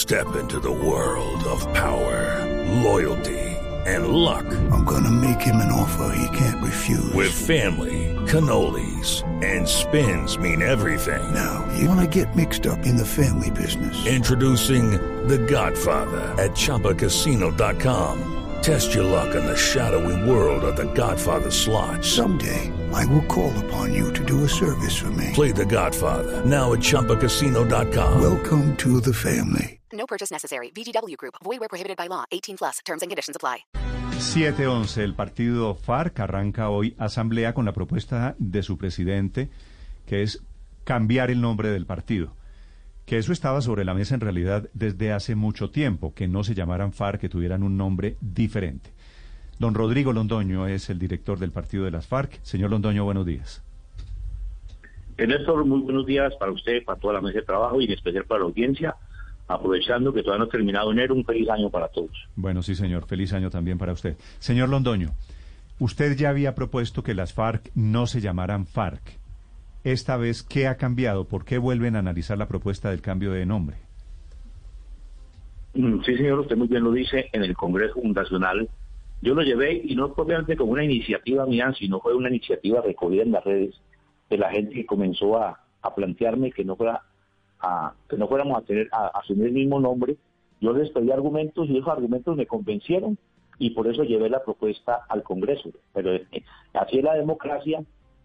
Step into the world of power, loyalty, and luck. I'm gonna make him an offer he can't refuse. With family, cannolis, and spins mean everything. Now, you wanna get mixed up in the family business. Introducing The Godfather at ChumbaCasino.com. Test your luck in the shadowy world of The Godfather slot. Someday, I will call upon you to do a service for me. Play The Godfather now at ChumbaCasino.com. Welcome to the family. No purchase necessary. VGW Group. Void where prohibited by law. 18+. Terms and conditions apply. 7:11. El partido FARC arranca hoy asamblea con la propuesta de su presidente, que es cambiar el nombre del partido. Que eso estaba sobre la mesa en realidad desde hace mucho tiempo, que no se llamaran FARC, que tuvieran un nombre diferente. Don Rodrigo Londoño es el director del partido de las FARC. Señor Londoño, buenos días. Néstor, muy buenos días para usted, para toda la mesa de trabajo y en especial para la audiencia. Aprovechando que todavía no ha terminado enero, un feliz año para todos. Bueno, sí, señor. Feliz año también para usted. Señor Londoño, usted ya había propuesto que las FARC no se llamaran FARC. Esta vez, ¿qué ha cambiado? ¿Por qué vuelven a analizar la propuesta del cambio de nombre? Sí, señor, usted muy bien lo dice, en el Congreso Fundacional. Yo lo llevé, y no propiamente como una iniciativa mía, sino fue una iniciativa recogida en las redes de la gente que comenzó a plantearme que no fuéramos a asumir el mismo nombre. Yo les pedí argumentos y esos argumentos me convencieron y por eso llevé la propuesta al Congreso. Pero así es la democracia.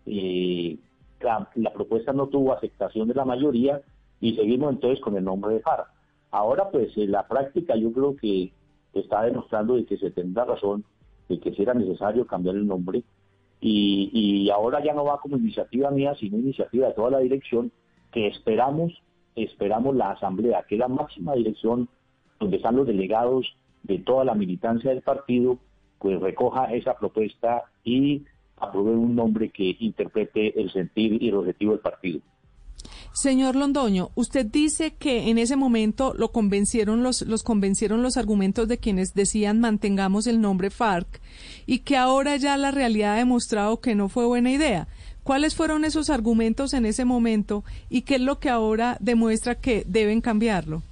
La propuesta no tuvo aceptación de la mayoría y seguimos entonces con el nombre de FARC. Ahora pues en la práctica yo creo que está demostrando de que se tendrá razón, de que si era necesario cambiar el nombre y ahora ya no va como iniciativa mía, sino iniciativa de toda la dirección, que esperamos la asamblea, que es la máxima dirección donde están los delegados de toda la militancia del partido, pues recoja esa propuesta y apruebe un nombre que interprete el sentir y el objetivo del partido. Señor Londoño, usted dice que en ese momento los convencieron los argumentos de quienes decían mantengamos el nombre FARC y que ahora ya la realidad ha demostrado que no fue buena idea. ¿Cuáles fueron esos argumentos en ese momento y qué es lo que ahora demuestra que deben cambiarlo?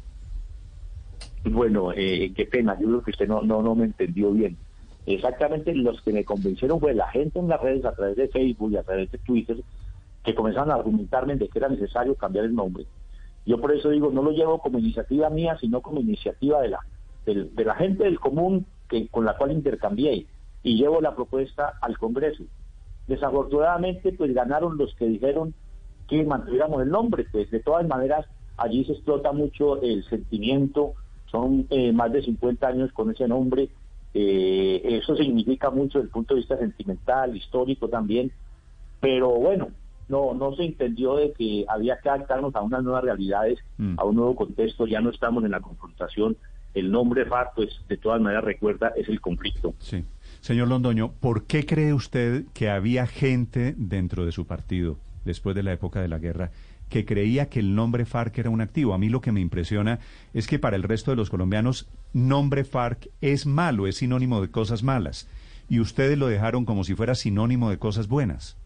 Bueno, qué pena, yo creo que usted no me entendió bien. Exactamente los que me convencieron fue la gente en las redes, a través de Facebook y a través de Twitter, que comenzaron a argumentarme de que era necesario cambiar el nombre. Yo por eso digo, no lo llevo como iniciativa mía, sino como iniciativa de la gente del común con la cual intercambié y llevo la propuesta al Congreso. Desafortunadamente, pues ganaron los que dijeron que mantuviéramos el nombre, pues de todas maneras allí se explota mucho el sentimiento, son más de 50 años con ese nombre, eso significa mucho desde el punto de vista sentimental, histórico también, pero bueno, no se entendió de que había que adaptarnos a unas nuevas realidades, a un nuevo contexto, ya no estamos en la confrontación, el nombre FARC, pues de todas maneras recuerda, es el conflicto. Sí. Señor Londoño, ¿por qué cree usted que había gente dentro de su partido, después de la época de la guerra, que creía que el nombre FARC era un activo? A mí lo que me impresiona es que para el resto de los colombianos, nombre FARC es malo, es sinónimo de cosas malas, y ustedes lo dejaron como si fuera sinónimo de cosas buenas.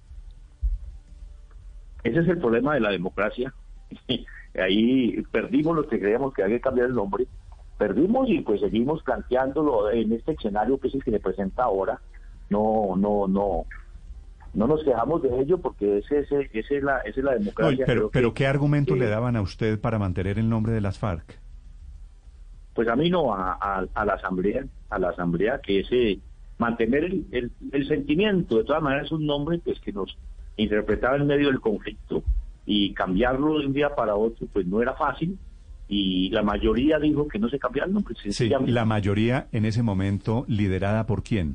Ese es el problema de la democracia. Ahí perdimos los que creíamos que había que cambiar el nombre, perdimos y pues seguimos planteándolo en este escenario que es el que se presenta ahora. No nos quejamos de ello porque esa es la democracia. Pero ¿qué argumento le daban a usted para mantener el nombre de las FARC? Pues a mí no, a la asamblea, que ese mantener el sentimiento, de todas maneras es un nombre pues que nos interpretaba en medio del conflicto y cambiarlo de un día para otro pues no era fácil. Y la mayoría dijo que no se cambiara el nombre. Sí, la mayoría en ese momento, ¿liderada por quién?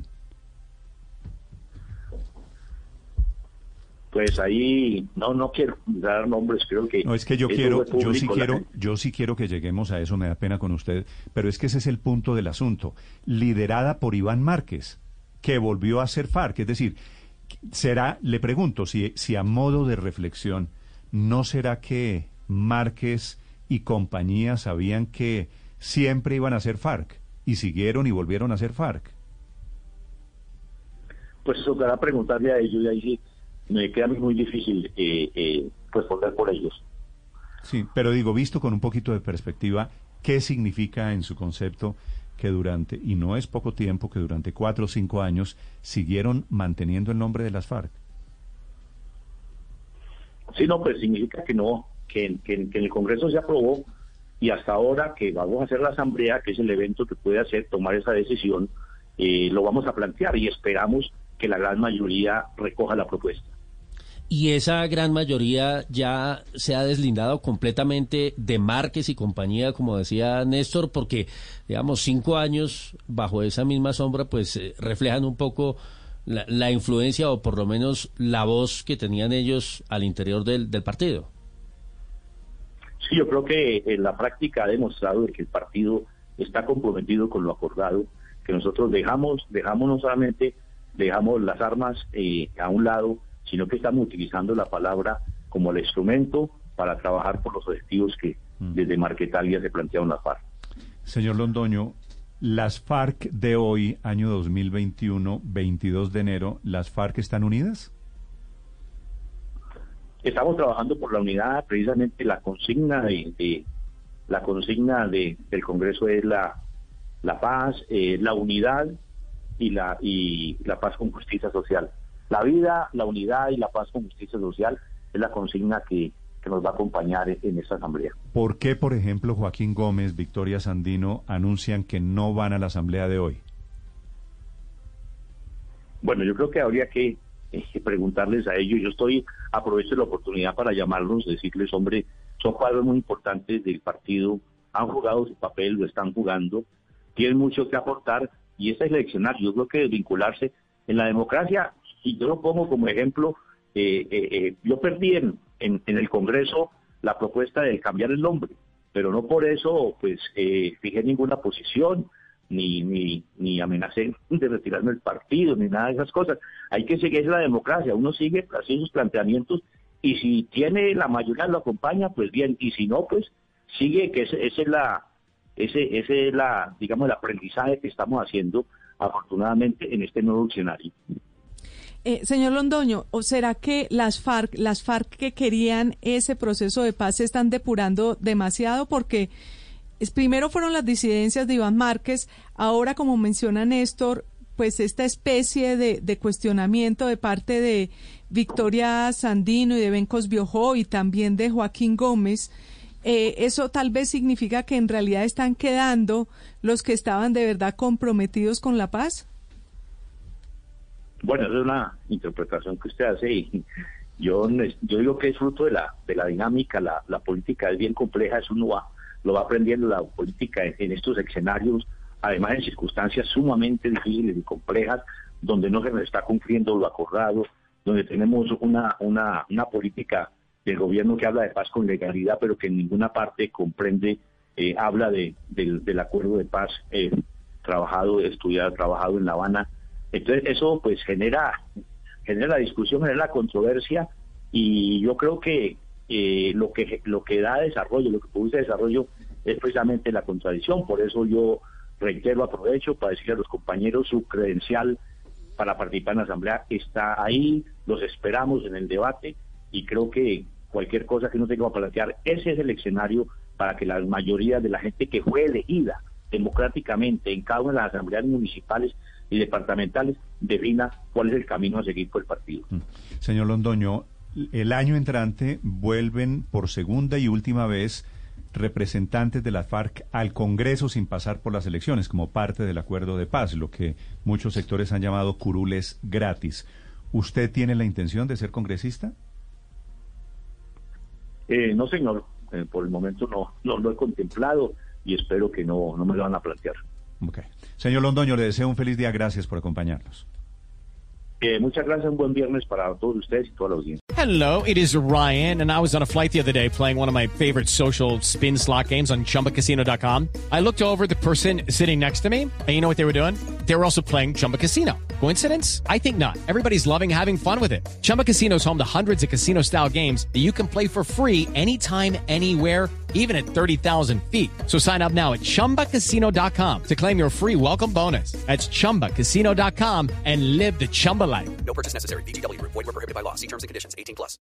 Pues ahí no quiero dar nombres, creo que... No, es que yo sí quiero que lleguemos a eso, me da pena con usted, pero es que ese es el punto del asunto. Liderada por Iván Márquez, que volvió a ser FARC, es decir, le pregunto, si a modo de reflexión, ¿no será que Márquez y compañía sabían que siempre iban a ser FARC y siguieron y volvieron a ser FARC? Pues tocará preguntarle a ellos y ahí sí me queda muy difícil responder por ellos. Sí, pero digo, visto con un poquito de perspectiva, ¿Qué significa en su concepto que durante, y no es poco tiempo, que durante 4 o 5 años siguieron manteniendo el nombre de las FARC? Sí, no, pues significa que no, que en el Congreso se aprobó, y hasta ahora que vamos a hacer la asamblea, que es el evento que puede hacer tomar esa decisión, lo vamos a plantear y esperamos que la gran mayoría recoja la propuesta. ¿Y esa gran mayoría ya se ha deslindado completamente de Márquez y compañía, como decía Néstor? Porque, digamos, 5 años bajo esa misma sombra, pues reflejan un poco la influencia, o por lo menos la voz que tenían ellos al interior del partido. Sí, yo creo que en la práctica ha demostrado que el partido está comprometido con lo acordado, que nosotros dejamos no solamente las armas a un lado, sino que estamos utilizando la palabra como el instrumento para trabajar por los objetivos que desde Marquetalia se plantearon las FARC. Señor Londoño, las FARC de hoy, año 2021, 22 de enero, ¿las FARC están unidas? Estamos trabajando por la unidad. Precisamente la consigna del Congreso es la paz, la unidad y la paz con justicia social. La vida, la unidad y la paz con justicia social es la consigna que nos va a acompañar en esta asamblea. ¿Por qué, por ejemplo, Joaquín Gómez, Victoria Sandino anuncian que no van a la asamblea de hoy? Bueno, yo creo que habría que preguntarles a ellos. Aprovecho la oportunidad para llamarlos, decirles, hombre, son cuadros muy importantes del partido, han jugado su papel, lo están jugando, tienen mucho que aportar, y esta es la eleccionar. Yo creo que desvincularse en la democracia, y yo lo pongo como ejemplo, yo perdí en el Congreso la propuesta de cambiar el nombre, pero no por eso pues fijé ninguna posición, ni amenacé de retirarme del partido, ni nada de esas cosas. Hay que seguir la democracia, uno sigue haciendo sus planteamientos, y si tiene la mayoría lo acompaña, pues bien, y si no, pues sigue, que ese es digamos, el aprendizaje que estamos haciendo afortunadamente en este nuevo escenario. Señor Londoño, ¿o será que las FARC que querían ese proceso de paz se están depurando demasiado? Porque primero fueron las disidencias de Iván Márquez, ahora, como menciona Néstor, pues esta especie de cuestionamiento de parte de Victoria Sandino y de Bencos Biojó y también de Joaquín Gómez. Eso tal vez significa que en realidad están quedando los que estaban de verdad comprometidos con la paz. Bueno, esa es una interpretación que usted hace, y yo digo que es fruto de la dinámica. La política es bien compleja, eso uno lo va aprendiendo, la política en estos escenarios, además en circunstancias sumamente difíciles y complejas, donde no se nos está cumpliendo lo acordado, donde tenemos una política del gobierno que habla de paz con legalidad, pero que en ninguna parte comprende, habla del acuerdo de paz trabajado en La Habana. Entonces eso pues genera la discusión, genera la controversia, y yo creo que lo que da desarrollo, lo que produce desarrollo es precisamente la contradicción. Por eso yo aprovecho para decirle a los compañeros, su credencial para participar en la asamblea está ahí, los esperamos en el debate, y creo que cualquier cosa que no tenga que plantear, ese es el escenario para que la mayoría de la gente que fue elegida democráticamente en cada una de las asambleas municipales y departamentales defina cuál es el camino a seguir por el partido. Señor Londoño, el año entrante vuelven por segunda y última vez representantes de la FARC al Congreso sin pasar por las elecciones, como parte del acuerdo de paz, lo que muchos sectores han llamado curules gratis. ¿Usted tiene la intención de ser congresista? No, señor, por el momento no lo he contemplado, y espero que no me lo van a plantear. Okay. Señor Londoño, le deseo un feliz día, gracias por acompañarnos. Muchas gracias, un buen viernes para todos ustedes y toda la audiencia. Hello, it is Ryan, and I was on a flight the other day playing one of my favorite social spin slot games on ChumbaCasino.com. I looked over at the person sitting next to me, and you know what they were doing? They were also playing Chumba Casino. Coincidence? I think not. Everybody's loving having fun with it. Chumba Casino is home to hundreds of casino-style games that you can play for free anytime, anywhere, even at 30,000 feet. So sign up now at ChumbaCasino.com to claim your free welcome bonus. That's ChumbaCasino.com and live the Chumba life. No purchase necessary. VGW Group. Void where prohibited by law. See terms and conditions. 18+.